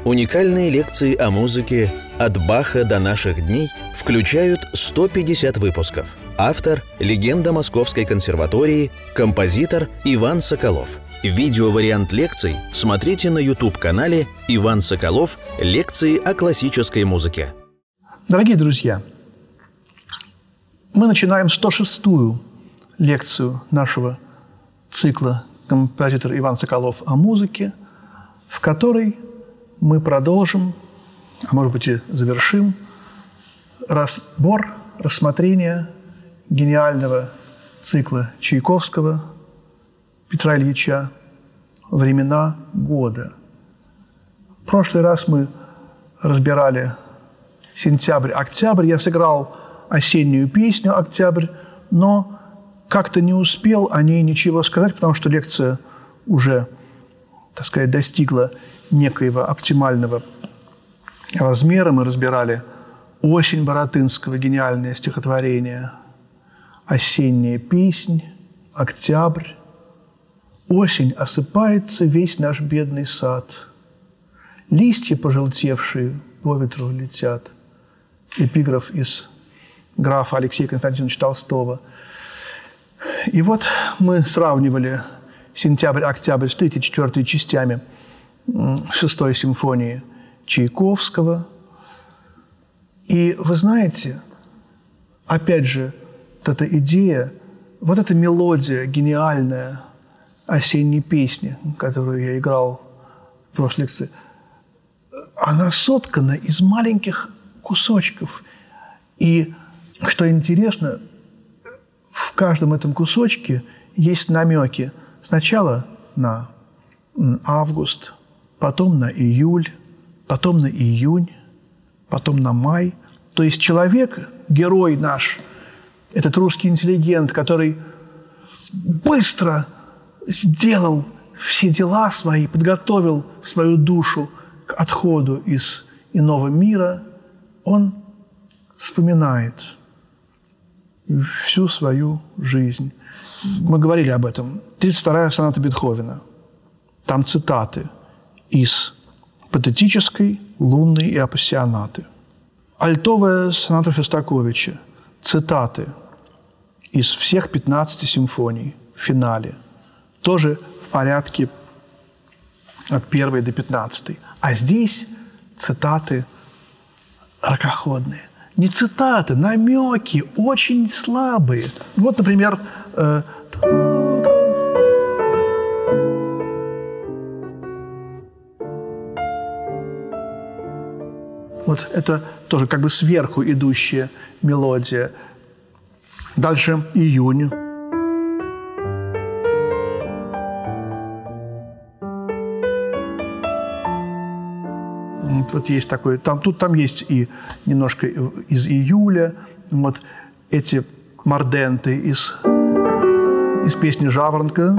Уникальные лекции о музыке «От Баха до наших дней» включают 150 выпусков. Автор – легенда Московской консерватории, композитор Иван Соколов. Видеовариант лекций смотрите на YouTube-канале «Иван Соколов. Лекции о классической музыке». Дорогие друзья, мы начинаем 106-ю лекцию нашего цикла «Композитор Иван Соколов о музыке», в которой мы продолжим, а может быть и завершим, рассмотрение гениального цикла Чайковского Петра Ильича «Времена года». В прошлый раз мы разбирали сентябрь-октябрь. Я сыграл осеннюю песню «Октябрь», но как-то не успел о ней ничего сказать, потому что лекция уже, так сказать, достигла некоего оптимального размера. Мы разбирали «Осень» Баратынского, гениальное стихотворение, «Осенняя песнь», «Октябрь». «Осень осыпается весь наш бедный сад, листья пожелтевшие по ветру летят». Эпиграф из графа Алексея Константиновича Толстого. И вот мы сравнивали сентябрь-октябрь с 3-4 частями 6-й симфонии Чайковского. И вы знаете, опять же, вот эта идея, вот эта мелодия гениальная осенней песни, которую я играл в прошлой лекции, она соткана из маленьких кусочков. И, что интересно, в каждом этом кусочке есть намеки. Сначала на август, потом на июль, потом на июнь, потом на май. То есть человек, герой наш, этот русский интеллигент, который быстро сделал все дела свои, подготовил свою душу к отходу из иного мира, он вспоминает всю свою жизнь. Мы говорили об этом. 32-я соната Бетховена. Там цитаты из патетической, лунной и апассионаты. Альтовая соната Шостаковича. Цитаты из всех 15 симфоний в финале. Тоже в порядке от 1 до 15. А здесь цитаты ракоходные. Не цитаты, намеки, очень слабые. Вот, например, вот это тоже как бы сверху идущая мелодия. Дальше июнь. Вот есть такой, там есть и немножко из июля, вот эти морденты из песни «Жаворонка»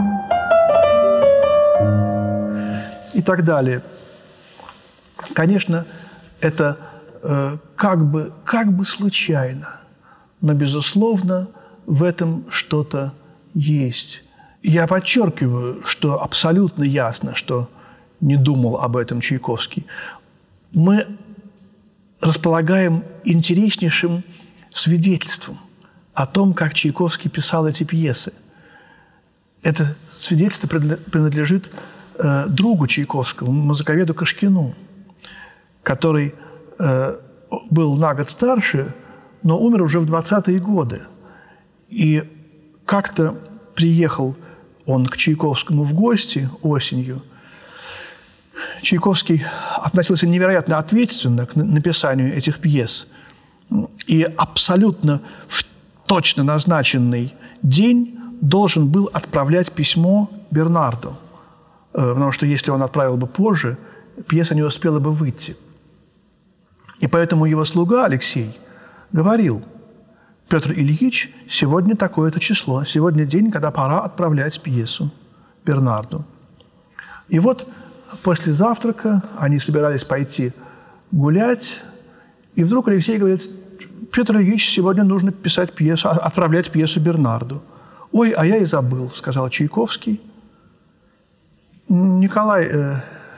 и так далее. Конечно, это как бы случайно, но, безусловно, в этом что-то есть. Я подчеркиваю, что абсолютно ясно, что не думал об этом Чайковский. Мы располагаем интереснейшим свидетельством о том, как Чайковский писал эти пьесы. Это свидетельство принадлежит другу Чайковского, музыковеду Кашкину, который был на год старше, но умер уже в 20-е годы. И как-то приехал он к Чайковскому в гости осенью. Чайковский относился невероятно ответственно к написанию этих пьес. И абсолютно в точно назначенный день должен был отправлять письмо Бернарду. Потому что если он отправил бы позже, пьеса не успела бы выйти. И поэтому его слуга Алексей говорил: «Петр Ильич, сегодня такое-то число, сегодня день, когда пора отправлять пьесу Бернарду». И вот после завтрака они собирались пойти гулять, и вдруг Алексей говорит: «Петр Ильич, сегодня нужно писать пьесу, отправлять пьесу Бернарду». «Ой, а я и забыл», – сказал Чайковский. «Николай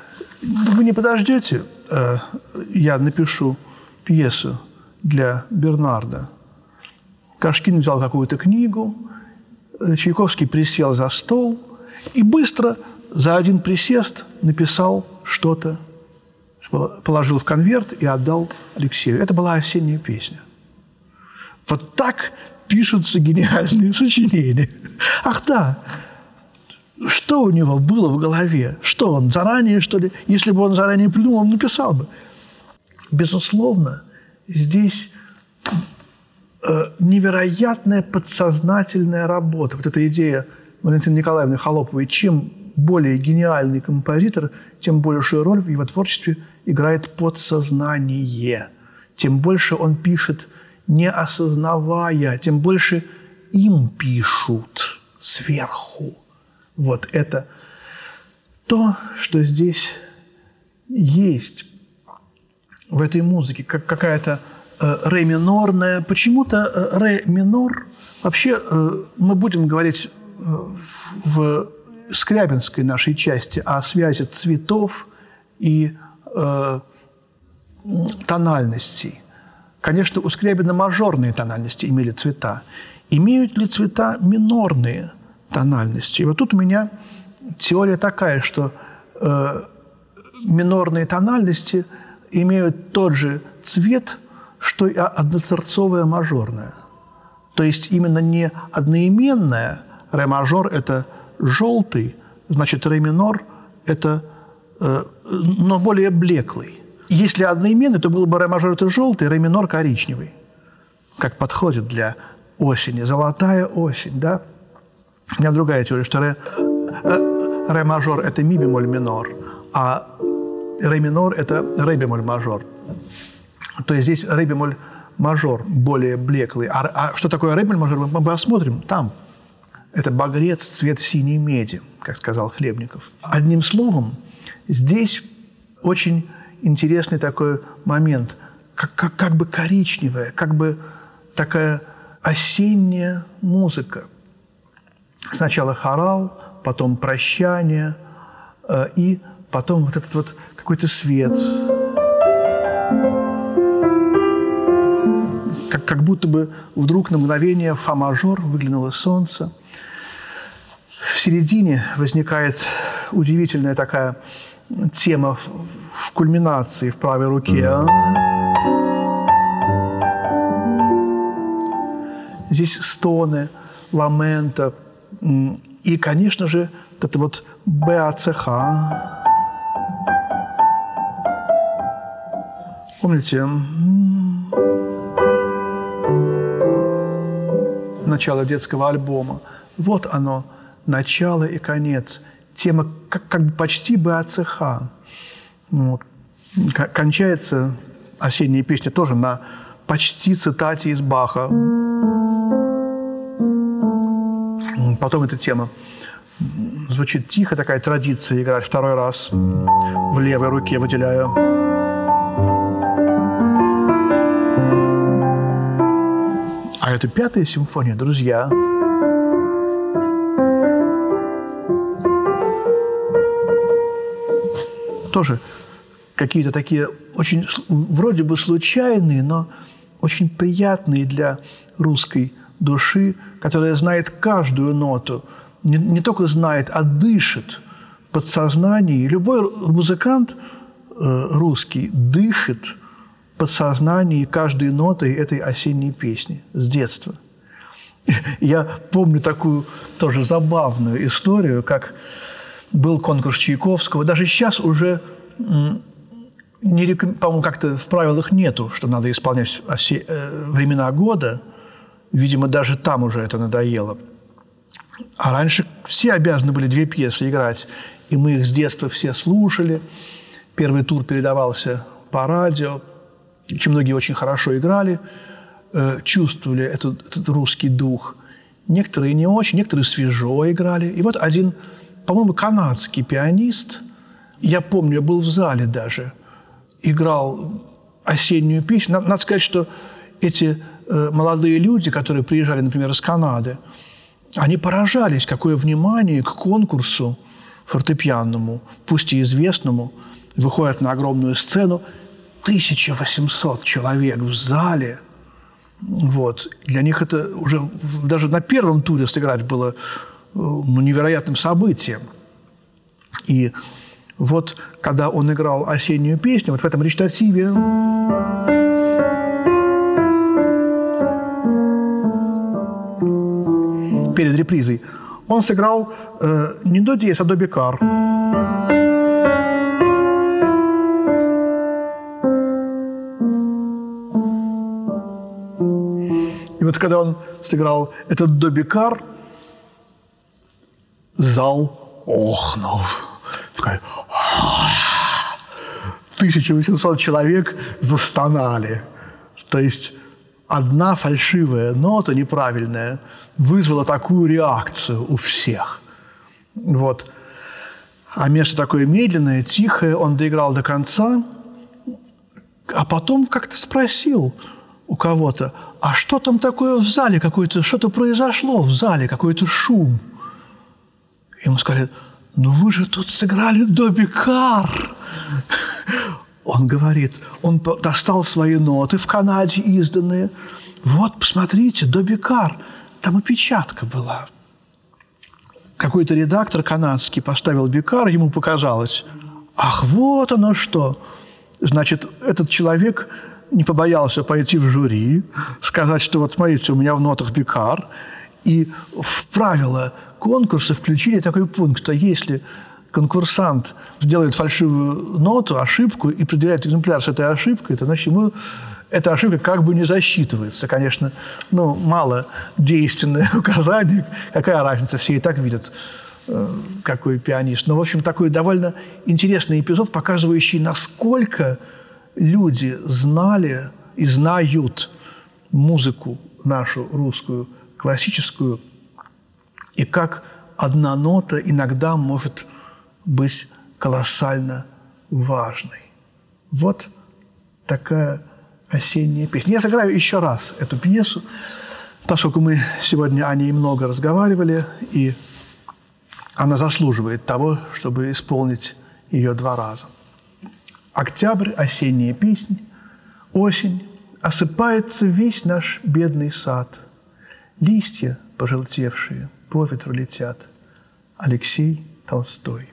Вы не подождете, я напишу пьесу для Бернарда. Кашкин взял какую-то книгу, Чайковский присел за стол и быстро за один присест написал что-то, положил в конверт и отдал Алексею. Это была осенняя песня. Вот так пишутся гениальные сочинения. Ах да, что у него было в голове? Что он заранее, что ли? Если бы он заранее придумал, он написал бы. Безусловно, здесь невероятная подсознательная работа. Вот эта идея Валентины Николаевны Холоповой: чем более гениальный композитор, тем большую роль в его творчестве играет подсознание. Тем больше он пишет, не осознавая, тем больше им пишут сверху. Вот это то, что здесь есть в этой музыке, как какая-то ре минорная. Почему-то ре минор, вообще мы будем говорить в скрябинской нашей части о связи цветов и тональностей. Конечно, у Скрябина мажорные тональности имели цвета. Имеют ли цвета минорные тональности? И вот тут у меня теория такая, что минорные тональности имеют тот же цвет, что и однотерцовая мажорная. То есть именно не одноименная ре-мажор – это желтый, значит, ре-минор – это, но более блеклый. Если одноименный, то было бы ре-мажор – это желтый, ре-минор – коричневый. Как подходит для осени. Золотая осень, да? У меня другая теория, что ре-мажор – это ми-бемоль минор, а ре-минор – это ре-бемоль мажор. То есть здесь ре-бемоль мажор более блеклый. А что такое ре-бемоль мажор, мы посмотрим там. Это багрец, цвет синей меди, как сказал Хлебников. Одним словом, здесь очень интересный такой момент, как бы коричневая, как бы такая осенняя музыка. Сначала хорал, потом прощание, и потом вот этот вот какой-то свет. Как будто бы вдруг на мгновение фа-мажор, выглянуло солнце. В середине возникает удивительная такая тема в кульминации в правой руке. Здесь стоны, ламента. И, конечно же, это вот БАЦХ. Помните? Начало детского альбома. Вот оно, начало и конец. Тема как бы почти БАЦХ. Вот. Кончается осенняя песня тоже на почти цитате из Баха. Потом эта тема звучит тихо, такая традиция играть второй раз в левой руке, выделяя. А это пятая симфония, друзья. Тоже какие-то такие очень вроде бы случайные, но очень приятные для русской души, которая знает каждую ноту. Не только знает, а дышит в подсознании. Любой музыкант русский дышит в подсознании каждой нотой этой осенней песни с детства. Я помню такую тоже забавную историю, как был конкурс Чайковского. Даже сейчас уже, по-моему, как-то в правилах нету, что надо исполнять времена года. Видимо, даже там уже это надоело. А раньше все обязаны были 2 пьесы играть. И мы их с детства все слушали. Первый тур передавался по радио. Очень многие очень хорошо играли, чувствовали этот русский дух. Некоторые не очень, некоторые свежо играли. И вот один, по-моему, канадский пианист, я помню, я был в зале даже, играл осеннюю песню. Надо сказать, что эти молодые люди, которые приезжали, например, из Канады, они поражались, какое внимание к конкурсу фортепианному, пусть и известному, выходят на огромную сцену, 1800 человек в зале. Вот. Для них это уже даже на первом туре сыграть было невероятным событием. И вот когда он играл осеннюю песню, вот в этом речитативе перед репризой он сыграл не до диез, а до бикар. И вот когда он сыграл этот до бикар, зал охнул. Такой, 1800 человек застонали. То есть одна фальшивая нота, неправильная, вызвала такую реакцию у всех. Вот. А место такое медленное, тихое, он доиграл до конца, а потом как-то спросил у кого-то, а что там такое в зале, что-то произошло в зале, какой-то шум. Ему сказали, ну вы же тут сыграли до бикар. Он говорит, он достал свои ноты в Канаде изданные. Вот, посмотрите, до бикар. Там опечатка была. Какой-то редактор канадский поставил бикар, ему показалось. Ах, вот оно что. Значит, этот человек не побоялся пойти в жюри, сказать, что вот смотрите, у меня в нотах бикар. И в правила конкурса включили такой пункт, что если конкурсант делает фальшивую ноту, ошибку, и предъявляет экземпляр с этой ошибкой, то, значит, ему эта ошибка как бы не засчитывается. Конечно, мало действенное указание. Какая разница, все и так видят, какой пианист. Но, в общем, такой довольно интересный эпизод, показывающий, насколько люди знали и знают музыку нашу русскую, классическую, и как одна нота иногда может быть колоссально важной. Вот такая осенняя песня. Я сыграю еще раз эту пьесу, поскольку мы сегодня о ней много разговаривали, и она заслуживает того, чтобы исполнить ее 2 раза. Октябрь, осенняя песнь, осень, осыпается весь наш бедный сад. Листья пожелтевшие по ветру летят. Алексей Толстой.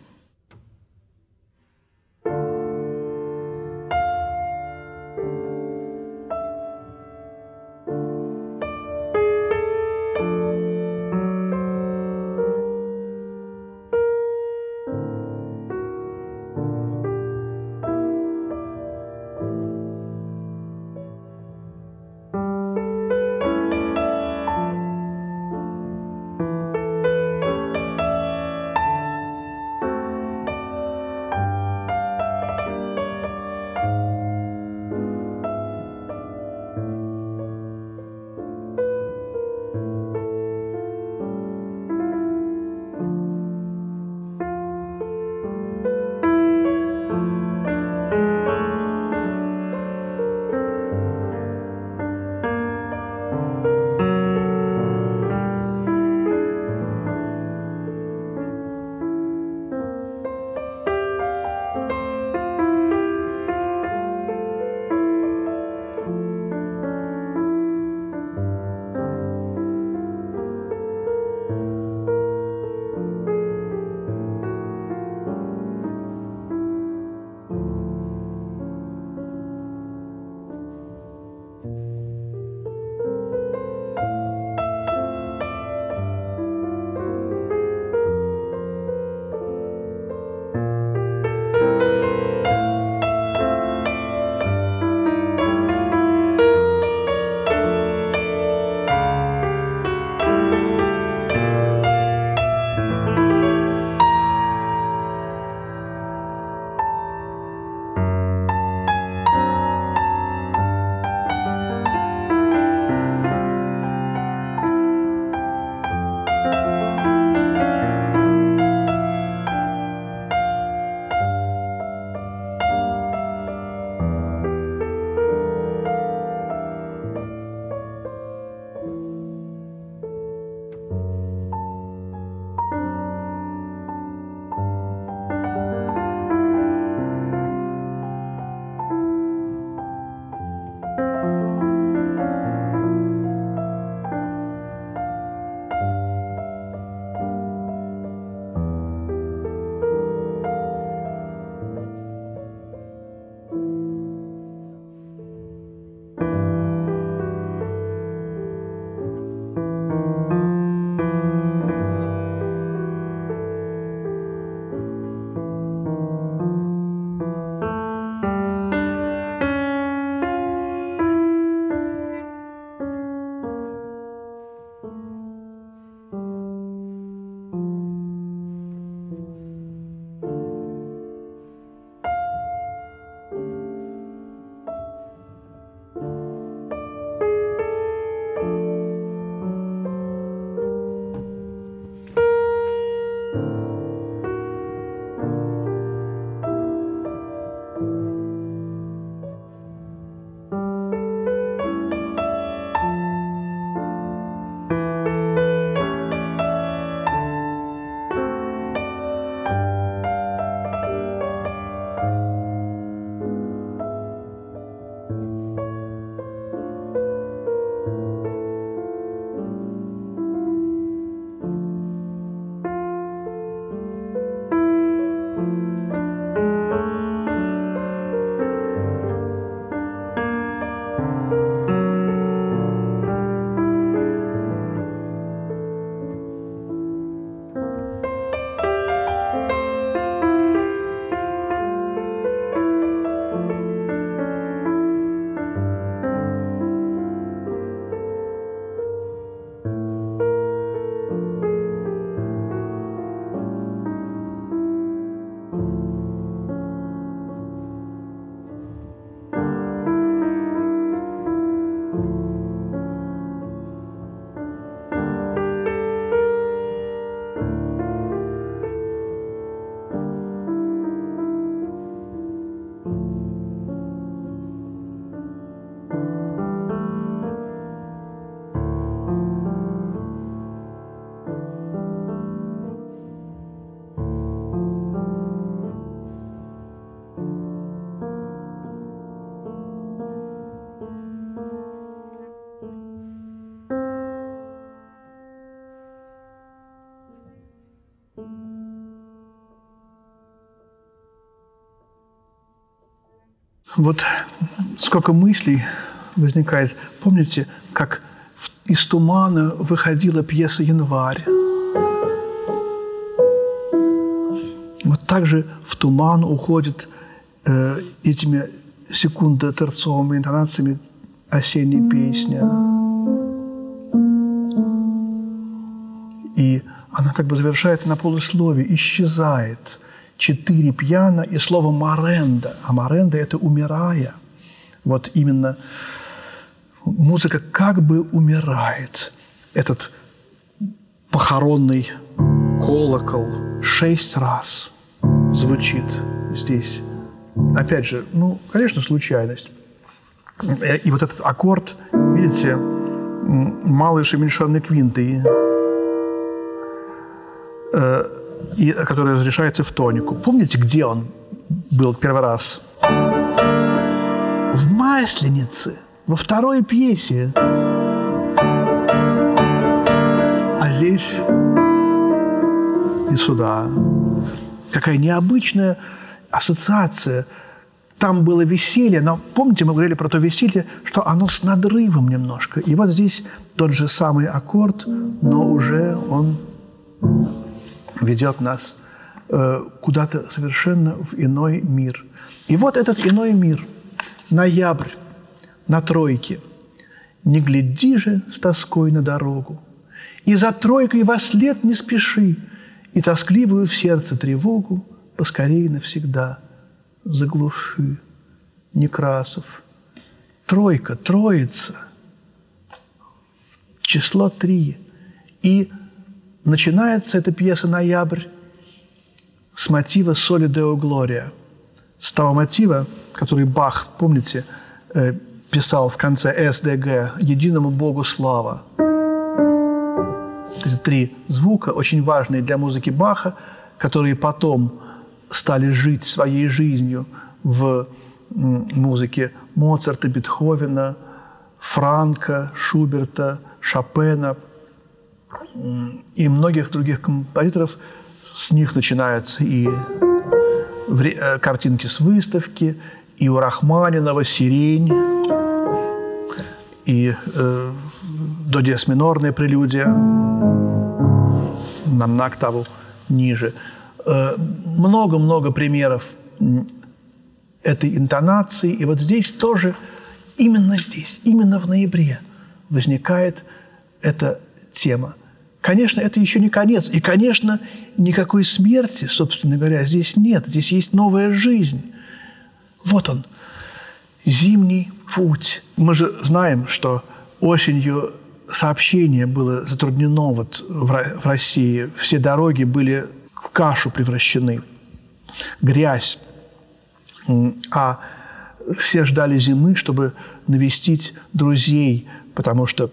Вот сколько мыслей возникает. Помните, как из тумана выходила пьеса «Январь»? Вот так же в туман уходит этими секундо-терцовыми интонациями осенняя песня. И она как бы завершается на полусловии, исчезает. 4 пьяно и слово «моренда». А «моренда» – это «умирая». Вот именно музыка как бы умирает. Этот похоронный колокол 6 раз звучит здесь. Опять же, конечно, случайность. И вот этот аккорд, видите, малой шемельшанной квинтой, который разрешается в тонику. Помните, где он был первый раз? В «Масленице», во второй пьесе. А здесь и сюда. Какая необычная ассоциация. Там было веселье, но помните, мы говорили про то веселье, что оно с надрывом немножко. И вот здесь тот же самый аккорд, но уже он ведет нас куда-то совершенно в иной мир. И вот этот иной мир. Ноябрь на тройке. Не гляди же с тоской на дорогу, и за тройкой вослед не спеши, и тоскливую в сердце тревогу поскорей навсегда заглуши. Некрасов. Тройка, троица. Число 3. И начинается эта пьеса «Ноябрь» с мотива «Соли Део Глория», с того мотива, который Бах, помните, писал в конце СДГ «Единому Богу слава». Эти 3 звука, очень важные для музыки Баха, которые потом стали жить своей жизнью в музыке Моцарта, Бетховена, Франка, Шуберта, Шопена и многих других композиторов. С них начинаются и картинки с выставки, и у Рахманинова «Сирень», и до диез минорная прелюдия, нам на октаву ниже. Много-много примеров этой интонации. И вот здесь тоже, именно здесь, именно в ноябре возникает эта тема. Конечно, это еще не конец. И, конечно, никакой смерти, собственно говоря, здесь нет. Здесь есть новая жизнь. Вот он, зимний путь. Мы же знаем, что осенью сообщение было затруднено вот в России. Все дороги были в кашу превращены, грязь. А все ждали зимы, чтобы навестить друзей, потому что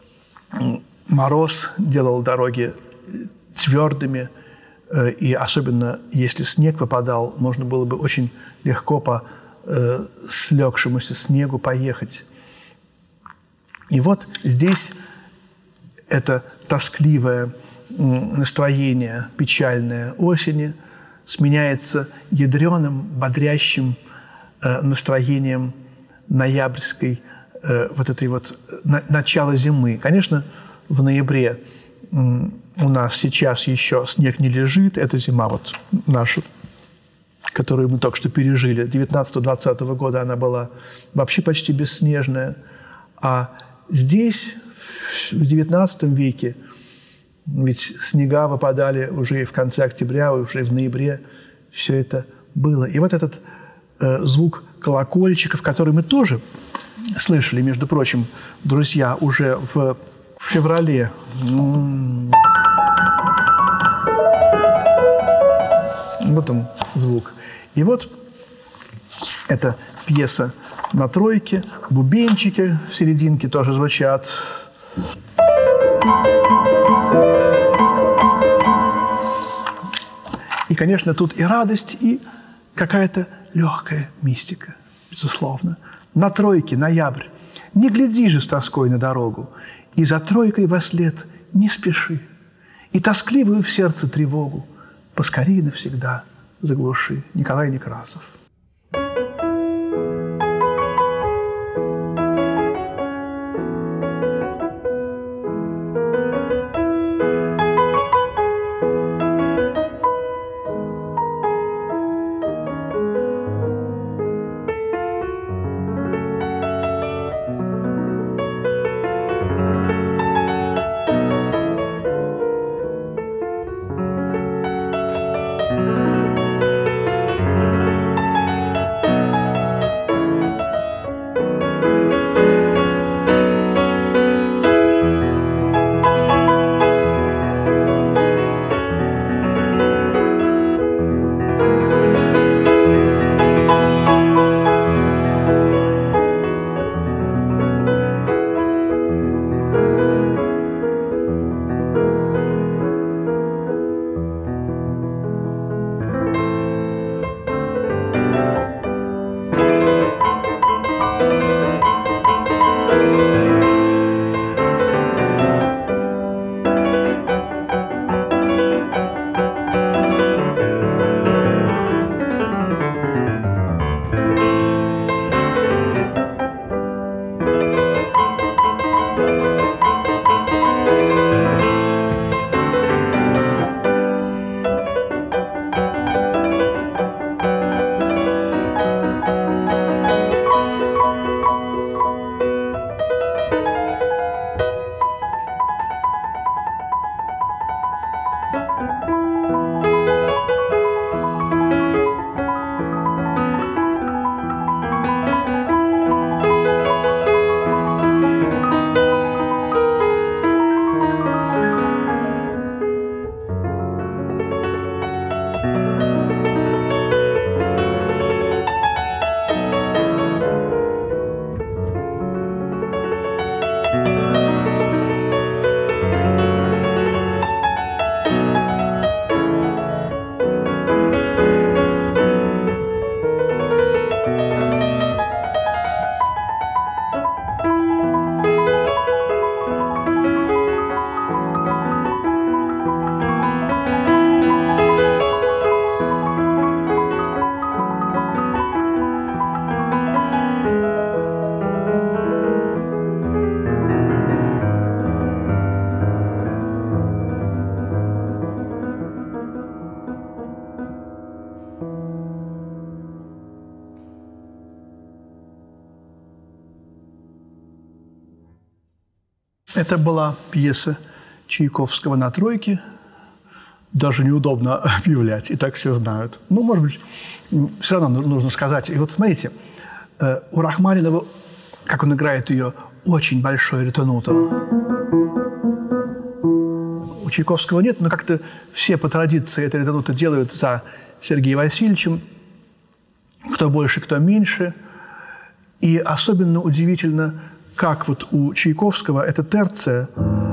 мороз делал дороги твердыми, и особенно если снег выпадал, можно было бы очень легко по слегшемуся снегу поехать. И вот здесь это тоскливое настроение печальное осени сменяется ядреным, бодрящим настроением ноябрьской вот этой вот начала зимы. Конечно, в ноябре у нас сейчас еще снег не лежит. Это зима вот наша, которую мы только что пережили. 19-20 года она была вообще почти бесснежная. А здесь, в XIX веке, ведь снега выпадали уже и в конце октября, уже и в ноябре. Все это было. И вот этот звук колокольчиков, который мы тоже слышали, между прочим, друзья, уже в феврале. Вот он, звук. И вот эта пьеса на тройке, бубенчики в серединке тоже звучат. И, конечно, тут и радость, и какая-то легкая мистика, безусловно. На тройке, ноябрь. Не гляди же с тоской на дорогу, и за тройкой вослед не спеши, и тоскливую в сердце тревогу поскорее навсегда заглуши. Николай Некрасов. Это была пьеса Чайковского «На тройке». Даже неудобно объявлять, и так все знают. Ну, может быть, все равно нужно сказать. И вот смотрите, у Рахманинова, как он играет ее, очень большой ретенутор. У Чайковского нет, но как-то все по традиции это ретенутор делают за Сергеем Васильевичем. Кто больше, кто меньше. И особенно удивительно, как вот у Чайковского эта терция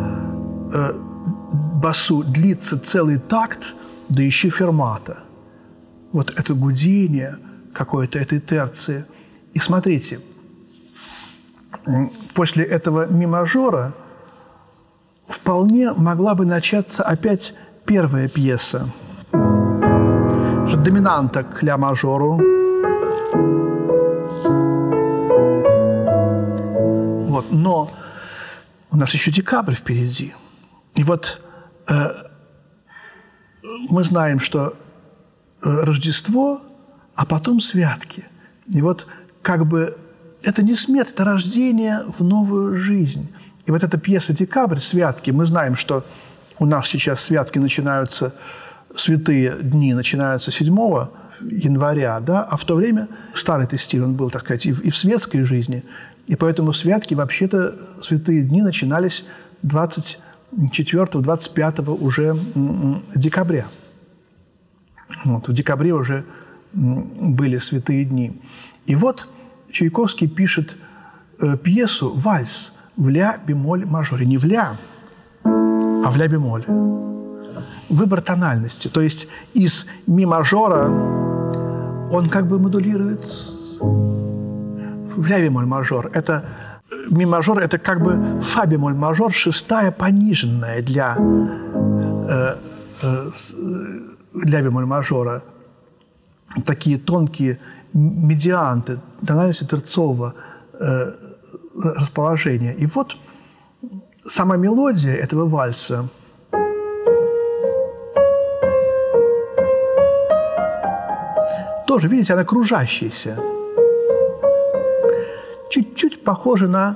басу длится целый такт, да еще фермата. Вот это гудение какое-то этой терции. И смотрите, после этого ми-мажора вполне могла бы начаться опять первая пьеса. Доминанта к ля-мажору. Вот. Но у нас еще декабрь впереди. И вот мы знаем, что Рождество, а потом святки. И вот как бы это не смерть, это рождение в новую жизнь. И вот эта пьеса «Декабрь», «Святки», мы знаем, что у нас сейчас святки начинаются, святые дни начинаются 7 января, да? А в то время старый стиль, он был, так сказать, и в светской жизни. И поэтому святки, вообще-то, святые дни начинались 24-25 уже декабря. Вот, в декабре уже были святые дни. И вот Чайковский пишет пьесу «Вальс» в ля-бемоль-мажоре. Не в ля, а в ля-бемоль. Выбор тональности. То есть из ми-мажора он как бы модулирует в ля-бемоль-мажор. Это ми-мажор – это как бы фа-бемоль-мажор, шестая пониженная для бемоль-мажора. Такие тонкие медианты, тональности терцового расположения. И вот сама мелодия этого вальса тоже, видите, она кружащаяся. Чуть-чуть похожа на...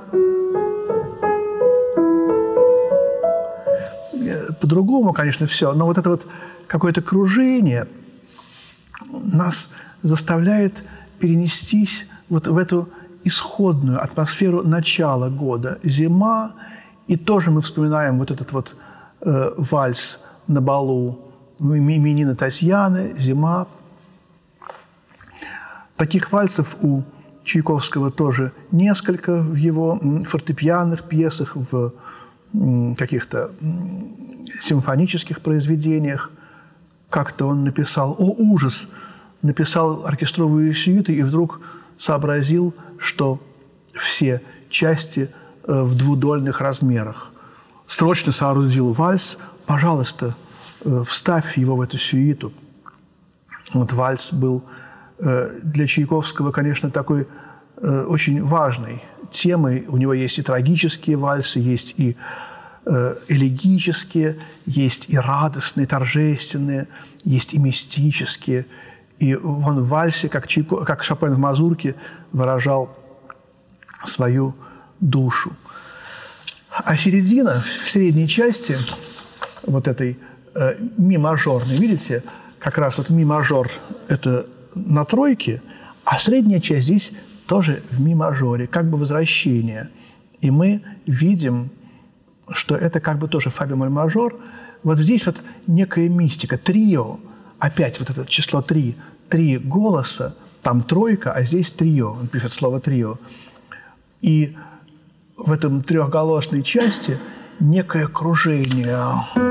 По-другому, конечно, все, но вот это вот какое-то кружение нас заставляет перенестись вот в эту исходную атмосферу начала года. Зима, и тоже мы вспоминаем вот этот вот вальс на балу именины Татьяны, зима. Таких вальсов у Чайковского тоже несколько в его фортепианных пьесах, в каких-то симфонических произведениях. Как-то он написал, о, ужас, написал оркестровую сюиту и вдруг сообразил, что все части в двудольных размерах. Срочно соорудил вальс, пожалуйста, вставь его в эту сюиту. Вот вальс был для Чайковского, конечно, такой очень важной темой. У него есть и трагические вальсы, есть и элегические, есть и радостные, торжественные, есть и мистические. И он в вальсе, как Шопен в мазурке, выражал свою душу. А середина, в средней части вот этой ми-мажорной, видите, как раз вот ми-мажор – это на тройке, а средняя часть здесь тоже в ми-мажоре, как бы возвращение. И мы видим, что это как бы тоже фа-бемоль-мажор. Вот здесь вот некая мистика, трио, опять вот это число 3, 3 голоса, там тройка, а здесь трио, он пишет слово трио. И в этом трехголосной части некое кружение.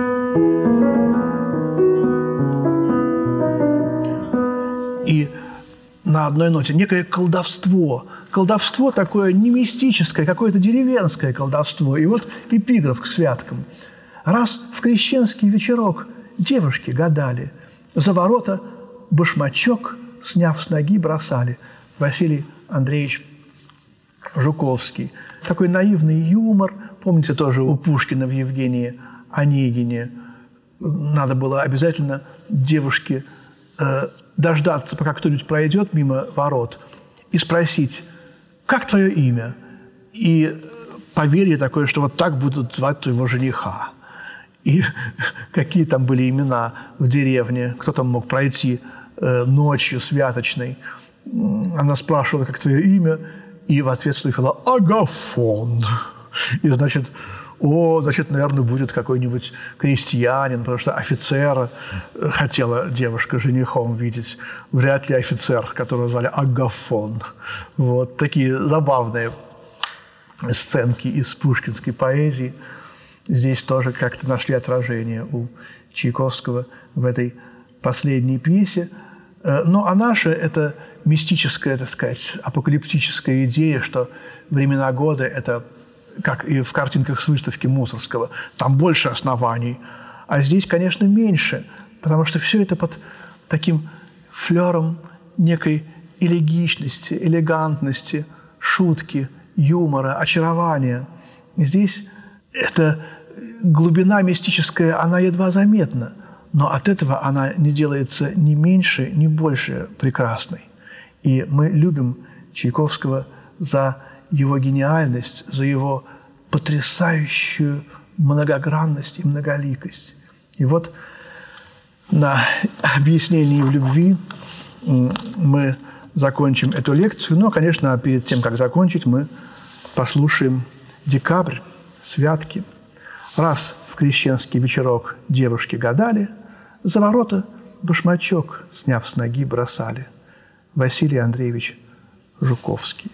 И на одной ноте некое колдовство. Колдовство такое не мистическое, какое-то деревенское колдовство. И вот эпиграф к святкам. Раз в крещенский вечерок девушки гадали, за ворота башмачок, сняв с ноги, бросали. Василий Андреевич Жуковский. Такой наивный юмор. Помните, тоже у Пушкина в Евгении Онегине надо было обязательно девушке дождаться, пока кто-нибудь пройдет мимо ворот, и спросить, как твое имя? И поверье такое, что вот так будут звать твоего жениха. И какие там были имена в деревне, кто там мог пройти ночью святочной. Она спрашивала, как твое имя, и в ответ слышала «Агафон». И, значит, наверное, будет какой-нибудь крестьянин, потому что офицера хотела девушка женихом видеть. Вряд ли офицер, которого звали Агафон. Вот такие забавные сценки из пушкинской поэзии. Здесь тоже как-то нашли отражение у Чайковского в этой последней пьесе. Ну, а наша – это мистическая, так сказать, апокалиптическая идея, что времена года – это как и в картинках с выставки Мусоргского, там больше оснований, а здесь, конечно, меньше, потому что все это под таким флером некой элегичности, элегантности, шутки, юмора, очарования. И здесь эта глубина мистическая, она едва заметна, но от этого она не делается ни меньше, ни больше прекрасной. И мы любим Чайковского за его гениальность, за его потрясающую многогранность и многоликость. И вот на объяснении в любви мы закончим эту лекцию. Но, конечно, перед тем, как закончить, мы послушаем «Декабрь», «Святки». Раз в крещенский вечерок девушки гадали, за ворота башмачок, сняв с ноги, бросали. Василий Андреевич Жуковский.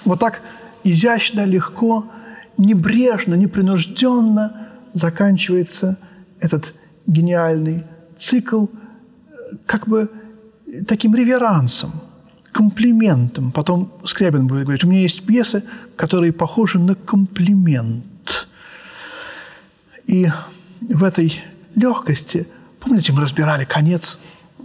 Вот так изящно, легко, небрежно, непринужденно заканчивается этот гениальный цикл как бы таким реверансом, комплиментом. Потом Скрябин будет говорить, у меня есть пьесы, которые похожи на комплимент. И в этой легкости, помните, мы разбирали конец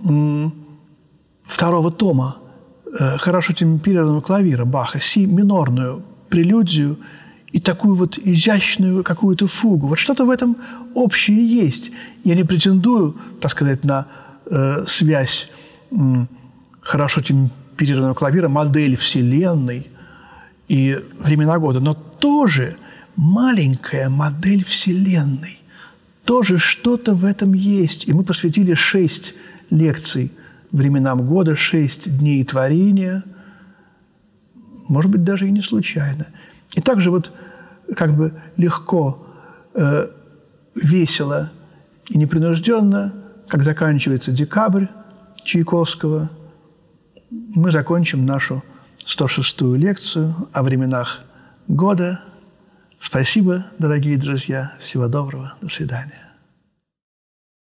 второго тома хорошо темперированного клавира Баха, си-минорную прелюдию и такую вот изящную какую-то фугу. Вот что-то в этом общее есть. Я не претендую, так сказать, на связь хорошо темперированного клавира, модель Вселенной и времена года, но тоже маленькая модель Вселенной. Тоже что-то в этом есть. И мы посвятили 6 лекций временам года, 6 дней творения, может быть, даже и не случайно. И также вот как бы легко, весело и непринужденно, как заканчивается декабрь Чайковского, мы закончим нашу 106-ю лекцию о временах года. Спасибо, дорогие друзья. Всего доброго. До свидания.